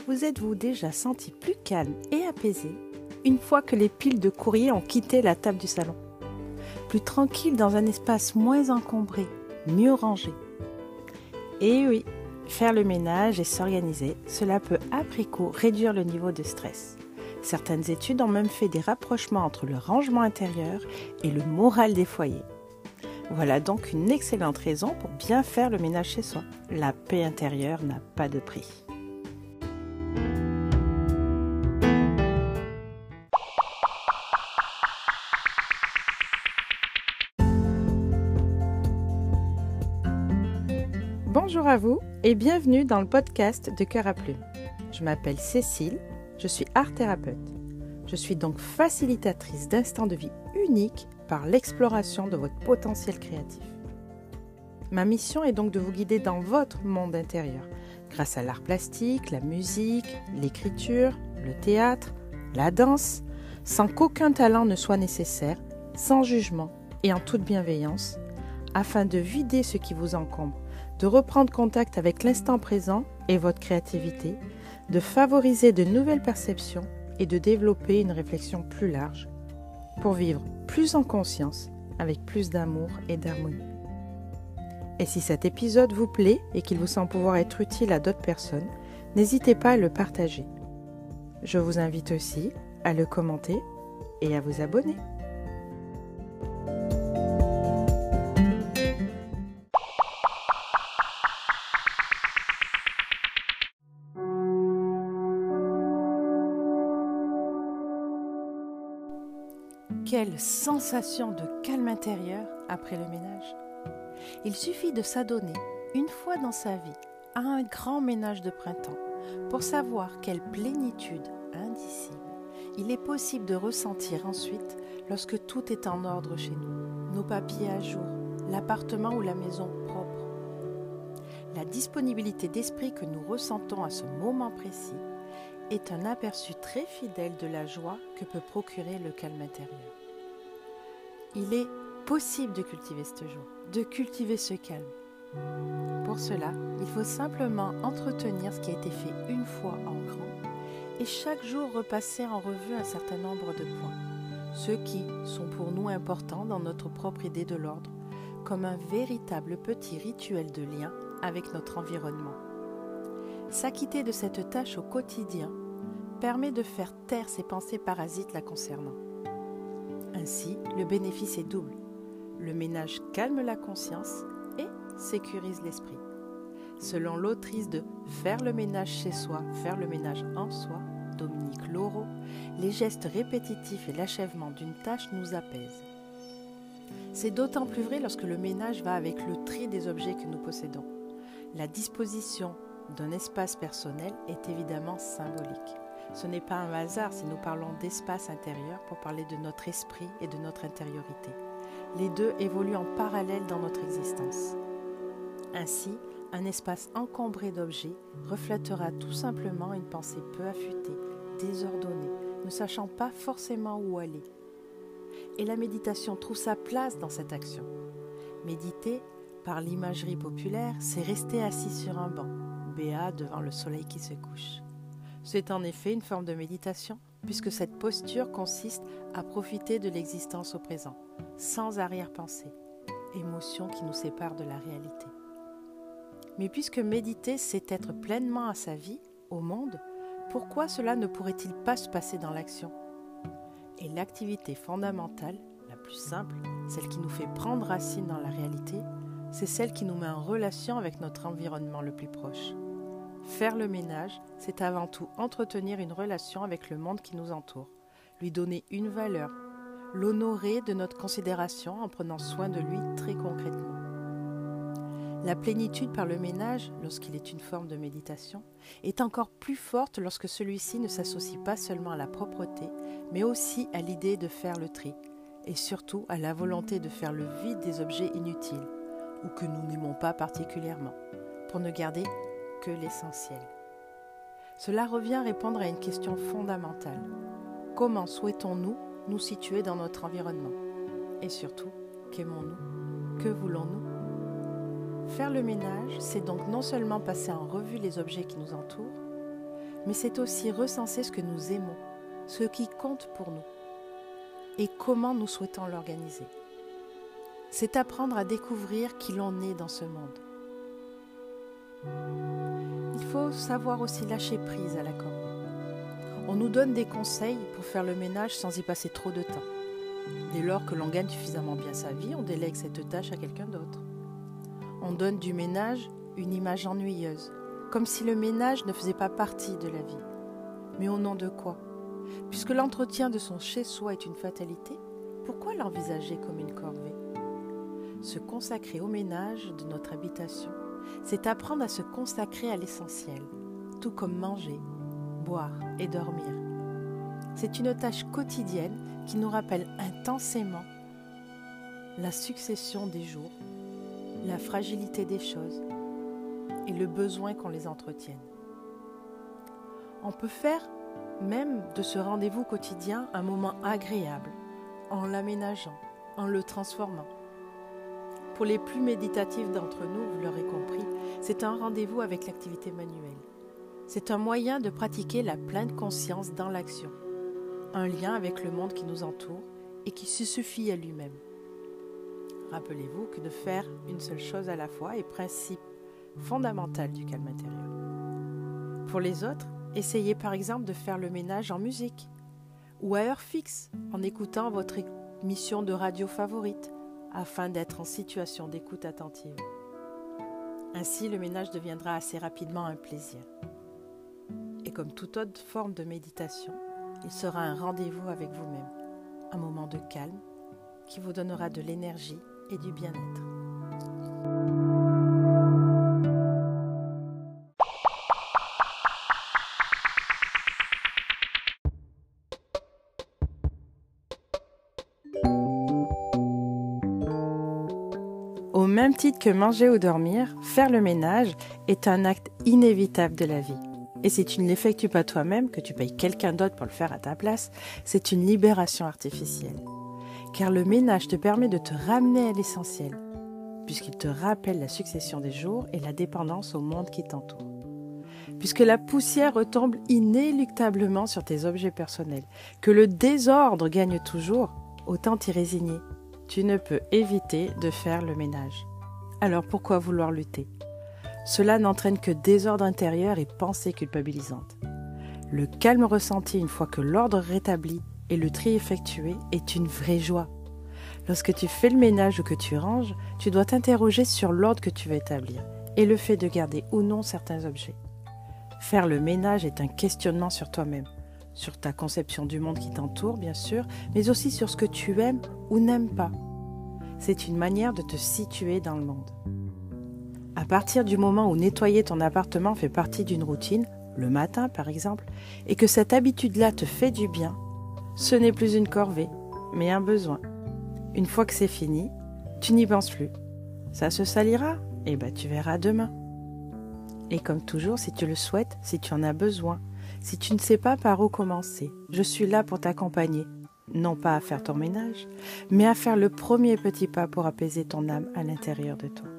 Vous êtes-vous déjà senti plus calme et apaisé une fois que les piles de courrier ont quitté la table du salon? Plus tranquille dans un espace moins encombré, mieux rangé. Et oui, faire le ménage et s'organiser, cela peut après coup réduire le niveau de stress. Certaines études ont même fait des rapprochements entre le rangement intérieur et le moral des foyers. Voilà donc une excellente raison pour bien faire le ménage chez soi. La paix intérieure n'a pas de prix. Bonjour à vous et bienvenue dans le podcast de Cœur à Plume. Je m'appelle Cécile, je suis art thérapeute. Je suis donc facilitatrice d'instants de vie uniques par l'exploration de votre potentiel créatif. Ma mission est donc de vous guider dans votre monde intérieur, grâce à l'art plastique, la musique, l'écriture, le théâtre, la danse, sans qu'aucun talent ne soit nécessaire, sans jugement et en toute bienveillance, afin de vider ce qui vous encombre, de reprendre contact avec l'instant présent et votre créativité, de favoriser de nouvelles perceptions et de développer une réflexion plus large pour vivre plus en conscience, avec plus d'amour et d'harmonie. Et si cet épisode vous plaît et qu'il vous semble pouvoir être utile à d'autres personnes, n'hésitez pas à le partager. Je vous invite aussi à le commenter et à vous abonner. Quelle sensation de calme intérieur après le ménage! Il suffit de s'adonner une fois dans sa vie à un grand ménage de printemps pour savoir quelle plénitude indicible il est possible de ressentir ensuite lorsque tout est en ordre chez nous, nos papiers à jour, l'appartement ou la maison propre. La disponibilité d'esprit que nous ressentons à ce moment précis est un aperçu très fidèle de la joie que peut procurer le calme intérieur. Il est possible de cultiver ce joie, de cultiver ce calme. Pour cela, il faut simplement entretenir ce qui a été fait une fois en grand et chaque jour repasser en revue un certain nombre de points, ceux qui sont pour nous importants dans notre propre idée de l'ordre, comme un véritable petit rituel de lien avec notre environnement. S'acquitter de cette tâche au quotidien permet de faire taire ces pensées parasites la concernant. Ainsi, le bénéfice est double. Le ménage calme la conscience et sécurise l'esprit. Selon l'autrice de Faire le ménage chez soi, faire le ménage en soi, Dominique Laureau, les gestes répétitifs et l'achèvement d'une tâche nous apaisent. C'est d'autant plus vrai lorsque le ménage va avec le tri des objets que nous possédons. La disposition d'un espace personnel est évidemment symbolique. Ce n'est pas un hasard si nous parlons d'espace intérieur pour parler de notre esprit et de notre intériorité. Les deux évoluent en parallèle dans notre existence. Ainsi, un espace encombré d'objets reflètera tout simplement une pensée peu affûtée, désordonnée, ne sachant pas forcément où aller. Et la méditation trouve sa place dans cette action. Méditer, par l'imagerie populaire, c'est rester assis sur un banc, béat devant le soleil qui se couche. C'est en effet une forme de méditation, puisque cette posture consiste à profiter de l'existence au présent, sans arrière-pensée, émotion qui nous sépare de la réalité. Mais puisque méditer, c'est être pleinement à sa vie, au monde, pourquoi cela ne pourrait-il pas se passer dans l'action? Et l'activité fondamentale, la plus simple, celle qui nous fait prendre racine dans la réalité, c'est celle qui nous met en relation avec notre environnement le plus proche. Faire le ménage, c'est avant tout entretenir une relation avec le monde qui nous entoure, lui donner une valeur, l'honorer de notre considération en prenant soin de lui très concrètement. La plénitude par le ménage, lorsqu'il est une forme de méditation, est encore plus forte lorsque celui-ci ne s'associe pas seulement à la propreté, mais aussi à l'idée de faire le tri, et surtout à la volonté de faire le vide des objets inutiles, ou que nous n'aimons pas particulièrement, pour ne garder que l'essentiel. Cela revient à répondre à une question fondamentale. Comment souhaitons-nous nous situer dans notre environnement? Et surtout, qu'aimons-nous? Que voulons-nous? Faire le ménage, c'est donc non seulement passer en revue les objets qui nous entourent, mais c'est aussi recenser ce que nous aimons, ce qui compte pour nous et comment nous souhaitons l'organiser. C'est apprendre à découvrir qui l'on est dans ce monde. Il faut savoir aussi lâcher prise à la corvée. On nous donne des conseils pour faire le ménage sans y passer trop de temps. Dès lors que l'on gagne suffisamment bien sa vie, on délègue cette tâche à quelqu'un d'autre. On donne du ménage une image ennuyeuse, comme si le ménage ne faisait pas partie de la vie. Mais au nom de quoi ? Puisque l'entretien de son chez-soi est une fatalité, pourquoi l'envisager comme une corvée ? Se consacrer au ménage de notre habitation, c'est apprendre à se consacrer à l'essentiel, tout comme manger, boire et dormir. C'est une tâche quotidienne qui nous rappelle intensément la succession des jours, la fragilité des choses et le besoin qu'on les entretienne. On peut faire même de ce rendez-vous quotidien un moment agréable, en l'aménageant, en le transformant. Pour les plus méditatifs d'entre nous, vous l'aurez compris, c'est un rendez-vous avec l'activité manuelle. C'est un moyen de pratiquer la pleine conscience dans l'action, un lien avec le monde qui nous entoure et qui se suffit à lui-même. Rappelez-vous que de faire une seule chose à la fois est principe fondamental du calme intérieur. Pour les autres, essayez par exemple de faire le ménage en musique ou à heure fixe en écoutant votre émission de radio favorite afin d'être en situation d'écoute attentive. Ainsi, le ménage deviendra assez rapidement un plaisir. Et comme toute autre forme de méditation, il sera un rendez-vous avec vous-même, un moment de calme qui vous donnera de l'énergie et du bien-être. Au même titre que manger ou dormir, faire le ménage est un acte inévitable de la vie. Et si tu ne l'effectues pas toi-même, que tu payes quelqu'un d'autre pour le faire à ta place, c'est une libération artificielle. Car le ménage te permet de te ramener à l'essentiel, puisqu'il te rappelle la succession des jours et la dépendance au monde qui t'entoure. Puisque la poussière retombe inéluctablement sur tes objets personnels, que le désordre gagne toujours, autant t'y résigner. Tu ne peux éviter de faire le ménage. Alors pourquoi vouloir lutter ? Cela n'entraîne que désordre intérieur et pensée culpabilisante. Le calme ressenti une fois que l'ordre rétabli et le tri effectué est une vraie joie. Lorsque tu fais le ménage ou que tu ranges, tu dois t'interroger sur l'ordre que tu veux établir et le fait de garder ou non certains objets. Faire le ménage est un questionnement sur toi-même, sur ta conception du monde qui t'entoure, bien sûr, mais aussi sur ce que tu aimes ou n'aimes pas. C'est une manière de te situer dans le monde. À partir du moment où nettoyer ton appartement fait partie d'une routine, le matin par exemple, et que cette habitude-là te fait du bien, ce n'est plus une corvée, mais un besoin. Une fois que c'est fini, tu n'y penses plus. Ça se salira, et tu verras demain. Et comme toujours, si tu le souhaites, si tu en as besoin, si tu ne sais pas par où commencer, je suis là pour t'accompagner, non pas à faire ton ménage, mais à faire le premier petit pas pour apaiser ton âme à l'intérieur de toi.